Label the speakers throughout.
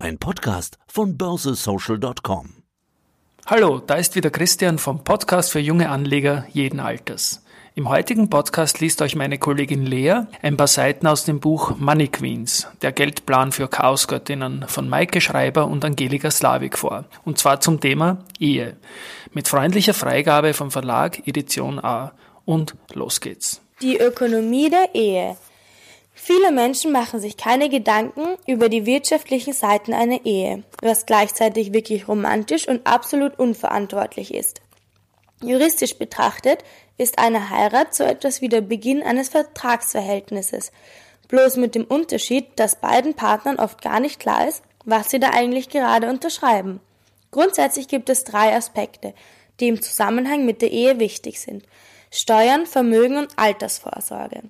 Speaker 1: ein Podcast von börsesocial.com.
Speaker 2: Hallo, da ist wieder Christian vom Podcast für junge Anleger jeden Alters. Im heutigen Podcast liest euch meine Kollegin Lea ein paar Seiten aus dem Buch Money Queens, der Geldplan für Chaosgöttinnen von Maike Schreiber und Angelika Slavik vor. Und zwar zum Thema Ehe. Mit freundlicher Freigabe vom Verlag Edition A. Und los geht's.
Speaker 3: Die Ökonomie der Ehe. Viele Menschen machen sich keine Gedanken über die wirtschaftlichen Seiten einer Ehe, was gleichzeitig wirklich romantisch und absolut unverantwortlich ist. Juristisch betrachtet ist eine Heirat so etwas wie der Beginn eines Vertragsverhältnisses, bloß mit dem Unterschied, dass beiden Partnern oft gar nicht klar ist, was sie da eigentlich gerade unterschreiben. Grundsätzlich gibt es 3 Aspekte, die im Zusammenhang mit der Ehe wichtig sind: Steuern, Vermögen und Altersvorsorge.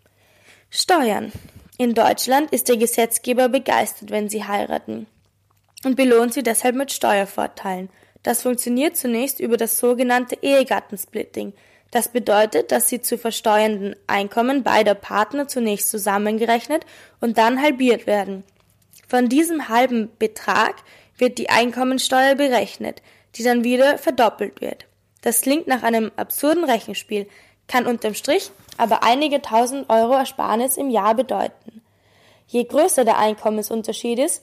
Speaker 3: Steuern. In Deutschland ist der Gesetzgeber begeistert, wenn sie heiraten und belohnt sie deshalb mit Steuervorteilen. Das funktioniert zunächst über das sogenannte Ehegattensplitting. Das bedeutet, dass die zu versteuernden Einkommen beider Partner zunächst zusammengerechnet und dann halbiert werden. Von diesem halben Betrag wird die Einkommensteuer berechnet, die dann wieder verdoppelt wird. Das klingt nach einem absurden Rechenspiel, kann unterm Strich aber einige tausend Euro Ersparnis im Jahr bedeuten. Je größer der Einkommensunterschied ist,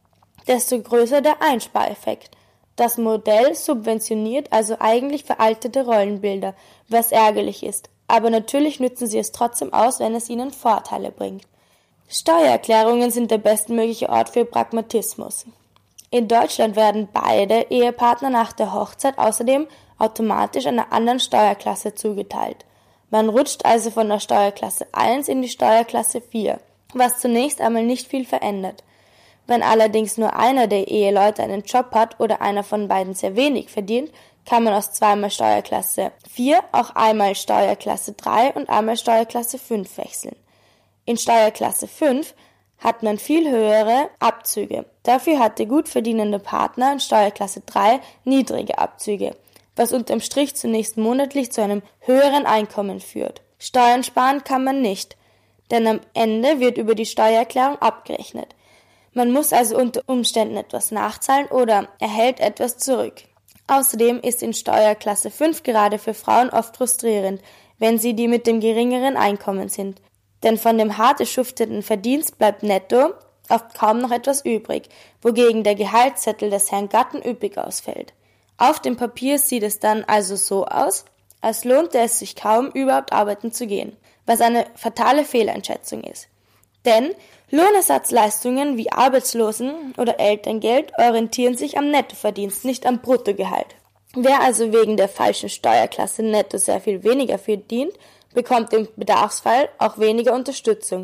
Speaker 3: desto größer der Einspareffekt. Das Modell subventioniert also eigentlich veraltete Rollenbilder, was ärgerlich ist, aber natürlich nützen sie es trotzdem aus, wenn es ihnen Vorteile bringt. Steuererklärungen sind der bestmögliche Ort für Pragmatismus. In Deutschland werden beide Ehepartner nach der Hochzeit außerdem automatisch einer anderen Steuerklasse zugeteilt. Man rutscht also von der Steuerklasse 1 in die Steuerklasse 4, was zunächst einmal nicht viel verändert. Wenn allerdings nur einer der Eheleute einen Job hat oder einer von beiden sehr wenig verdient, kann man aus zweimal Steuerklasse 4 auch einmal Steuerklasse 3 und einmal Steuerklasse 5 wechseln. In Steuerklasse 5 hat man viel höhere Abzüge. Dafür hat der gut verdienende Partner in Steuerklasse 3 niedrige Abzüge, was unterm Strich zunächst monatlich zu einem höheren Einkommen führt. Steuern sparen kann man nicht, denn am Ende wird über die Steuererklärung abgerechnet. Man muss also unter Umständen etwas nachzahlen oder erhält etwas zurück. Außerdem ist in Steuerklasse 5 gerade für Frauen oft frustrierend, wenn sie die mit dem geringeren Einkommen sind. Denn von dem hart erschufteten Verdienst bleibt netto oft kaum noch etwas übrig, wogegen der Gehaltszettel des Herrn Gatten üppig ausfällt. Auf dem Papier sieht es dann also so aus, als lohnte es sich kaum, überhaupt arbeiten zu gehen, was eine fatale Fehleinschätzung ist. Denn Lohnersatzleistungen wie Arbeitslosen- oder Elterngeld orientieren sich am Nettoverdienst, nicht am Bruttogehalt. Wer also wegen der falschen Steuerklasse netto sehr viel weniger verdient, bekommt im Bedarfsfall auch weniger Unterstützung.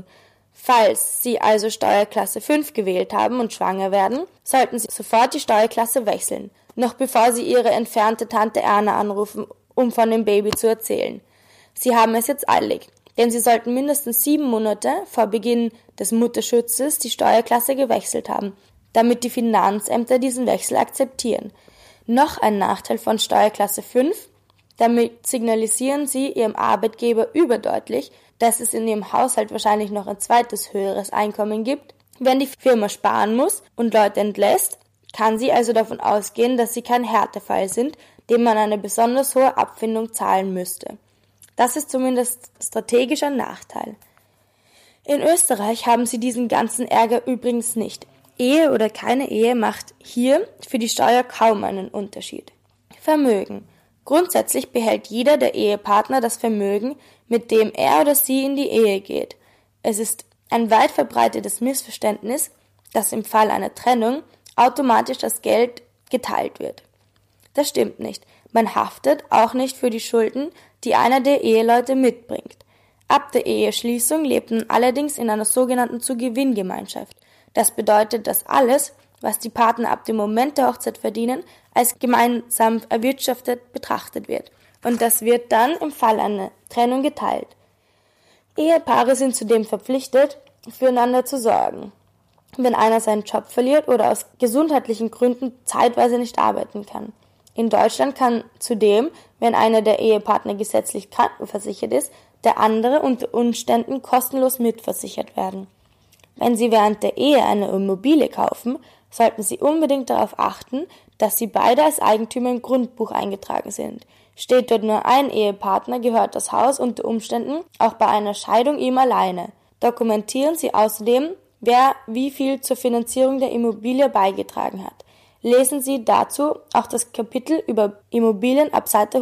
Speaker 3: Falls Sie also Steuerklasse 5 gewählt haben und schwanger werden, sollten Sie sofort die Steuerklasse wechseln, noch bevor Sie Ihre entfernte Tante Erna anrufen, um von dem Baby zu erzählen. Sie haben es jetzt eilig, denn Sie sollten mindestens 7 Monate vor Beginn des Mutterschutzes die Steuerklasse gewechselt haben, damit die Finanzämter diesen Wechsel akzeptieren. Noch ein Nachteil von Steuerklasse 5: Damit signalisieren Sie Ihrem Arbeitgeber überdeutlich, dass es in Ihrem Haushalt wahrscheinlich noch ein zweites höheres Einkommen gibt. Wenn die Firma sparen muss und Leute entlässt, kann sie also davon ausgehen, dass sie kein Härtefall sind, dem man eine besonders hohe Abfindung zahlen müsste. Das ist zumindest strategisch ein Nachteil. In Österreich haben sie diesen ganzen Ärger übrigens nicht. Ehe oder keine Ehe macht hier für die Steuer kaum einen Unterschied. Vermögen. Grundsätzlich behält jeder der Ehepartner das Vermögen, mit dem er oder sie in die Ehe geht. Es ist ein weit verbreitetes Missverständnis, dass im Fall einer Trennung automatisch das Geld geteilt wird. Das stimmt nicht. Man haftet auch nicht für die Schulden, die einer der Eheleute mitbringt. Ab der Eheschließung lebt man allerdings in einer sogenannten Zu-Gewinn-Gemeinschaft. Das bedeutet, dass alles, was die Partner ab dem Moment der Hochzeit verdienen, als gemeinsam erwirtschaftet betrachtet wird. Und das wird dann im Fall einer Trennung geteilt. Ehepaare sind zudem verpflichtet, füreinander zu sorgen, wenn einer seinen Job verliert oder aus gesundheitlichen Gründen zeitweise nicht arbeiten kann. In Deutschland kann zudem, wenn einer der Ehepartner gesetzlich krankenversichert ist, der andere unter Umständen kostenlos mitversichert werden. Wenn Sie während der Ehe eine Immobilie kaufen, sollten Sie unbedingt darauf achten, dass Sie beide als Eigentümer im Grundbuch eingetragen sind. Steht dort nur ein Ehepartner, gehört das Haus unter Umständen auch bei einer Scheidung ihm alleine. Dokumentieren Sie außerdem, wer wie viel zur Finanzierung der Immobilie beigetragen hat. Lesen Sie dazu auch das Kapitel über Immobilien ab Seite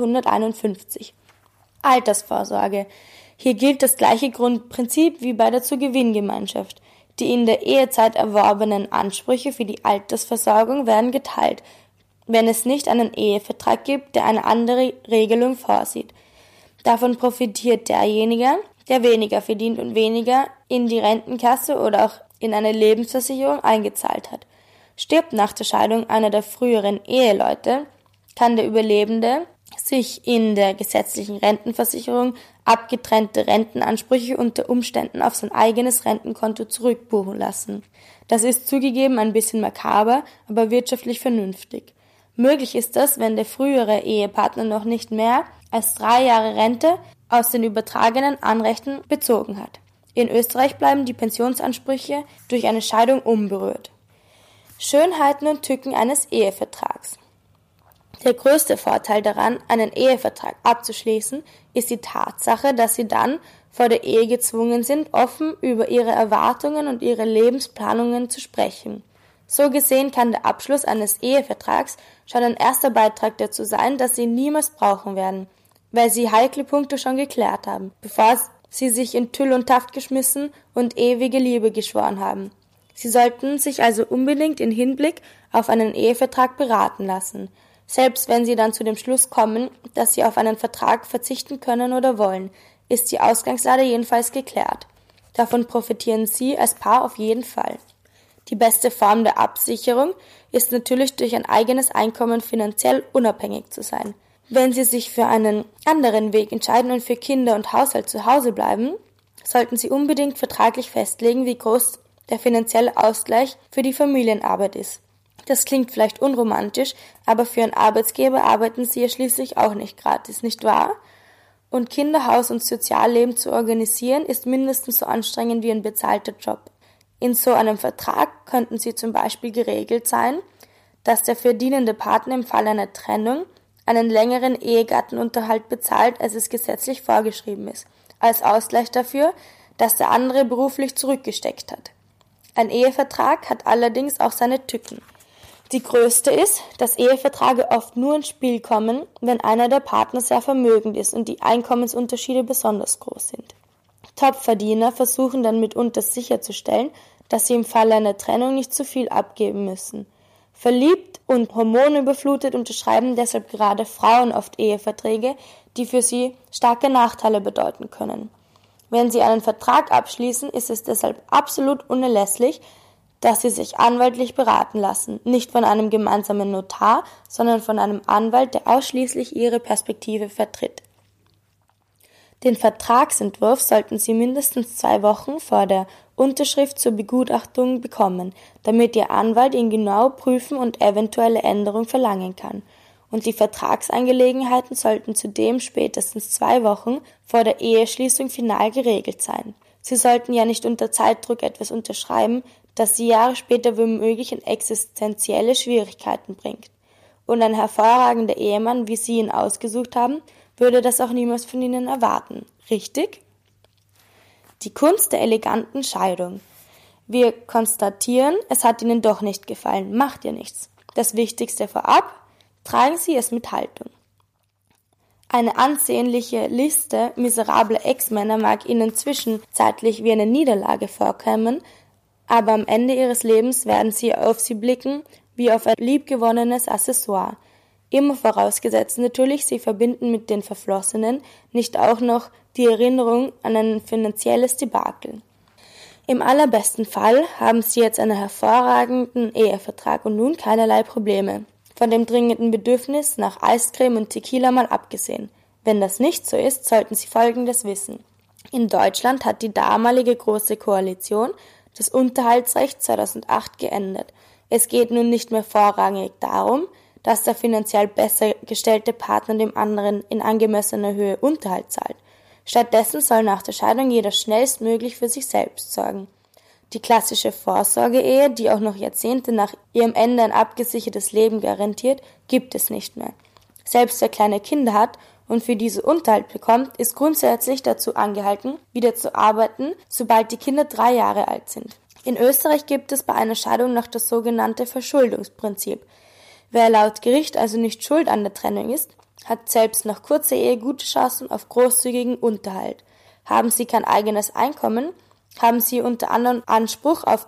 Speaker 3: 151. Altersvorsorge. Hier gilt das gleiche Grundprinzip wie bei der Zugewinngemeinschaft. Die in der Ehezeit erworbenen Ansprüche für die Altersversorgung werden geteilt, wenn es nicht einen Ehevertrag gibt, der eine andere Regelung vorsieht. Davon profitiert derjenige, der weniger verdient und weniger in die Rentenkasse oder auch in eine Lebensversicherung eingezahlt hat. Stirbt nach der Scheidung einer der früheren Eheleute, kann der Überlebende sich in der gesetzlichen Rentenversicherung abgetrennte Rentenansprüche unter Umständen auf sein eigenes Rentenkonto zurückbuchen lassen. Das ist zugegeben ein bisschen makaber, aber wirtschaftlich vernünftig. Möglich ist das, wenn der frühere Ehepartner noch nicht mehr als 3 Jahre Rente aus den übertragenen Anrechten bezogen hat. In Österreich bleiben die Pensionsansprüche durch eine Scheidung unberührt. Schönheiten und Tücken eines Ehevertrags. Der größte Vorteil daran, einen Ehevertrag abzuschließen, ist die Tatsache, dass Sie dann vor der Ehe gezwungen sind, offen über Ihre Erwartungen und Ihre Lebensplanungen zu sprechen. So gesehen kann der Abschluss eines Ehevertrags schon ein erster Beitrag dazu sein, dass Sie niemals brauchen werden, weil Sie heikle Punkte schon geklärt haben, bevor Sie sich in Tüll und Taft geschmissen und ewige Liebe geschworen haben. Sie sollten sich also unbedingt in Hinblick auf einen Ehevertrag beraten lassen. Selbst wenn Sie dann zu dem Schluss kommen, dass Sie auf einen Vertrag verzichten können oder wollen, ist die Ausgangslage jedenfalls geklärt. Davon profitieren Sie als Paar auf jeden Fall. Die beste Form der Absicherung ist natürlich durch ein eigenes Einkommen finanziell unabhängig zu sein. Wenn Sie sich für einen anderen Weg entscheiden und für Kinder und Haushalt zu Hause bleiben, sollten Sie unbedingt vertraglich festlegen, wie groß der finanzielle Ausgleich für die Familienarbeit ist. Das klingt vielleicht unromantisch, aber für einen Arbeitgeber arbeiten Sie ja schließlich auch nicht gratis, nicht wahr? Und Kinderhaus und Sozialleben zu organisieren, ist mindestens so anstrengend wie ein bezahlter Job. In so einem Vertrag könnten Sie zum Beispiel geregelt sein, dass der verdienende Partner im Fall einer Trennung einen längeren Ehegattenunterhalt bezahlt, als es gesetzlich vorgeschrieben ist, als Ausgleich dafür, dass der andere beruflich zurückgesteckt hat. Ein Ehevertrag hat allerdings auch seine Tücken. Die größte ist, dass Eheverträge oft nur ins Spiel kommen, wenn einer der Partner sehr vermögend ist und die Einkommensunterschiede besonders groß sind. Topverdiener versuchen dann mitunter sicherzustellen, dass sie im Falle einer Trennung nicht zu viel abgeben müssen. Verliebt und hormonüberflutet unterschreiben deshalb gerade Frauen oft Eheverträge, die für sie starke Nachteile bedeuten können. Wenn Sie einen Vertrag abschließen, ist es deshalb absolut unerlässlich, dass Sie sich anwaltlich beraten lassen, nicht von einem gemeinsamen Notar, sondern von einem Anwalt, der ausschließlich Ihre Perspektive vertritt. Den Vertragsentwurf sollten Sie mindestens 2 Wochen vor der Unterschrift zur Begutachtung bekommen, damit Ihr Anwalt ihn genau prüfen und eventuelle Änderungen verlangen kann. Und die Vertragsangelegenheiten sollten zudem spätestens 2 Wochen vor der Eheschließung final geregelt sein. Sie sollten ja nicht unter Zeitdruck etwas unterschreiben, das Sie Jahre später womöglich in existenzielle Schwierigkeiten bringt. Und ein hervorragender Ehemann, wie Sie ihn ausgesucht haben, würde das auch niemals von Ihnen erwarten. Richtig? Die Kunst der eleganten Scheidung. Wir konstatieren, es hat Ihnen doch nicht gefallen. Macht ja nichts. Das Wichtigste vorab: tragen Sie es mit Haltung. Eine ansehnliche Liste miserabler Ex-Männer mag Ihnen zwischenzeitlich wie eine Niederlage vorkommen, aber am Ende Ihres Lebens werden Sie auf sie blicken wie auf ein liebgewonnenes Accessoire. Immer vorausgesetzt natürlich, Sie verbinden mit den Verflossenen nicht auch noch die Erinnerung an ein finanzielles Debakel. Im allerbesten Fall haben Sie jetzt einen hervorragenden Ehevertrag und nun keinerlei Probleme. Von dem dringenden Bedürfnis nach Eiscreme und Tequila mal abgesehen. Wenn das nicht so ist, sollten Sie Folgendes wissen. In Deutschland hat die damalige Große Koalition das Unterhaltsrecht 2008 geändert. Es geht nun nicht mehr vorrangig darum, dass der finanziell besser gestellte Partner dem anderen in angemessener Höhe Unterhalt zahlt. Stattdessen soll nach der Scheidung jeder schnellstmöglich für sich selbst sorgen. Die klassische Vorsorge-Ehe, die auch noch Jahrzehnte nach ihrem Ende ein abgesichertes Leben garantiert, gibt es nicht mehr. Selbst wer kleine Kinder hat und für diese Unterhalt bekommt, ist grundsätzlich dazu angehalten, wieder zu arbeiten, sobald die Kinder 3 Jahre alt sind. In Österreich gibt es bei einer Scheidung noch das sogenannte Verschuldungsprinzip. Wer laut Gericht also nicht schuld an der Trennung ist, hat selbst nach kurzer Ehe gute Chancen auf großzügigen Unterhalt. Haben sie kein eigenes Einkommen, haben sie unter anderem Anspruch auf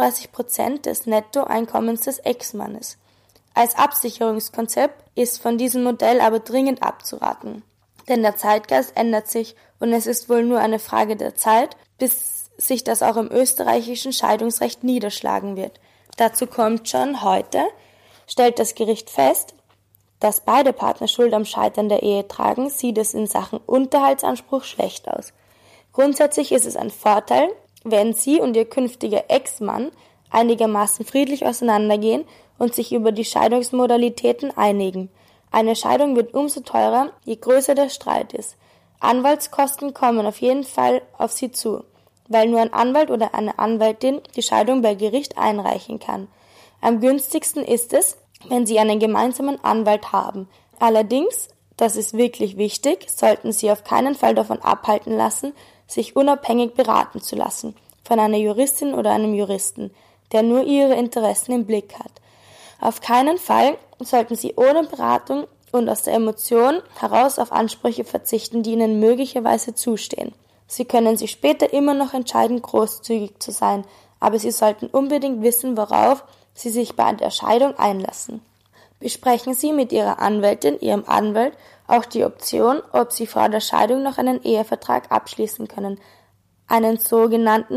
Speaker 3: 33% des Nettoeinkommens des Ex-Mannes. Als Absicherungskonzept ist von diesem Modell aber dringend abzuraten. Denn der Zeitgeist ändert sich und es ist wohl nur eine Frage der Zeit, bis sich das auch im österreichischen Scheidungsrecht niederschlagen wird. Dazu kommt schon heute, stellt das Gericht fest, dass beide Partner Schuld am Scheitern der Ehe tragen, sieht es in Sachen Unterhaltsanspruch schlecht aus. Grundsätzlich ist es ein Vorteil, wenn sie und ihr künftiger Ex-Mann einigermaßen friedlich auseinandergehen und sich über die Scheidungsmodalitäten einigen. Eine Scheidung wird umso teurer, je größer der Streit ist. Anwaltskosten kommen auf jeden Fall auf sie zu, weil nur ein Anwalt oder eine Anwältin die Scheidung bei Gericht einreichen kann. Am günstigsten ist es, wenn sie einen gemeinsamen Anwalt haben. Allerdings, das ist wirklich wichtig, sollten sie auf keinen Fall davon abhalten lassen, sich unabhängig beraten zu lassen, von einer Juristin oder einem Juristen, der nur ihre Interessen im Blick hat. Auf keinen Fall sollten sie ohne Beratung und aus der Emotion heraus auf Ansprüche verzichten, die ihnen möglicherweise zustehen. Sie können sich später immer noch entscheiden, großzügig zu sein, aber sie sollten unbedingt wissen, worauf sie sich bei der Scheidung einlassen. Besprechen Sie mit Ihrer Anwältin, Ihrem Anwalt auch die Option, ob Sie vor der Scheidung noch einen Ehevertrag abschließen können, einen sogenannten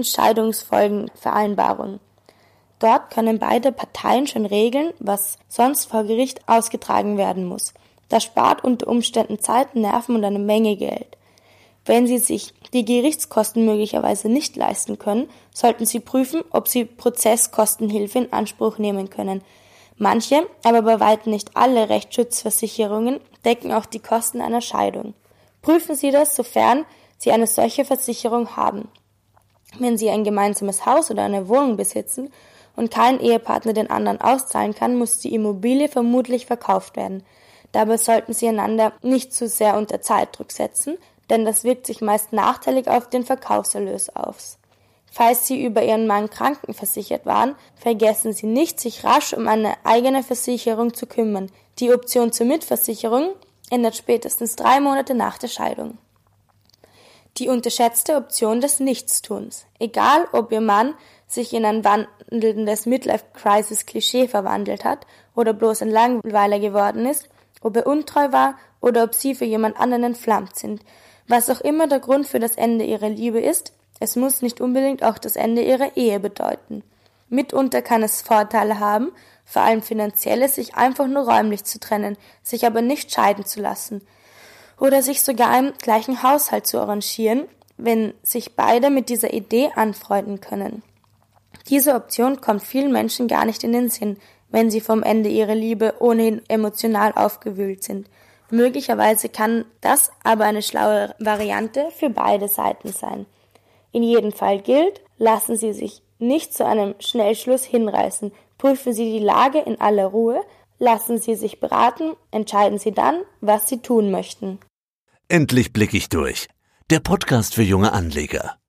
Speaker 3: Scheidungsfolgenvereinbarung. Dort können beide Parteien schon regeln, was sonst vor Gericht ausgetragen werden muss. Das spart unter Umständen Zeit, Nerven und eine Menge Geld. Wenn Sie sich die Gerichtskosten möglicherweise nicht leisten können, sollten Sie prüfen, ob Sie Prozesskostenhilfe in Anspruch nehmen können. Manche, aber bei weitem nicht alle Rechtsschutzversicherungen decken auch die Kosten einer Scheidung. Prüfen Sie das, sofern Sie eine solche Versicherung haben. Wenn Sie ein gemeinsames Haus oder eine Wohnung besitzen und kein Ehepartner den anderen auszahlen kann, muss die Immobilie vermutlich verkauft werden. Dabei sollten Sie einander nicht zu sehr unter Zeitdruck setzen, denn das wirkt sich meist nachteilig auf den Verkaufserlös aus. Falls Sie über Ihren Mann krankenversichert waren, vergessen Sie nicht, sich rasch um eine eigene Versicherung zu kümmern. Die Option zur Mitversicherung ändert spätestens 3 Monate nach der Scheidung. Die unterschätzte Option des Nichtstuns. Egal, ob Ihr Mann sich in ein wandelndes Midlife-Crisis-Klischee verwandelt hat oder bloß ein Langweiler geworden ist, ob er untreu war oder ob Sie für jemand anderen entflammt sind. Was auch immer der Grund für das Ende Ihrer Liebe ist, es muss nicht unbedingt auch das Ende Ihrer Ehe bedeuten. Mitunter kann es Vorteile haben, vor allem finanzielle, sich einfach nur räumlich zu trennen, sich aber nicht scheiden zu lassen. Oder sich sogar im gleichen Haushalt zu arrangieren, wenn sich beide mit dieser Idee anfreunden können. Diese Option kommt vielen Menschen gar nicht in den Sinn, wenn sie vom Ende ihrer Liebe ohnehin emotional aufgewühlt sind. Möglicherweise kann das aber eine schlaue Variante für beide Seiten sein. In jedem Fall gilt, lassen Sie sich nicht zu einem Schnellschluss hinreißen. Prüfen Sie die Lage in aller Ruhe, lassen Sie sich beraten, entscheiden Sie dann, was Sie tun möchten.
Speaker 1: Endlich blick ich durch. Der Podcast für junge Anleger.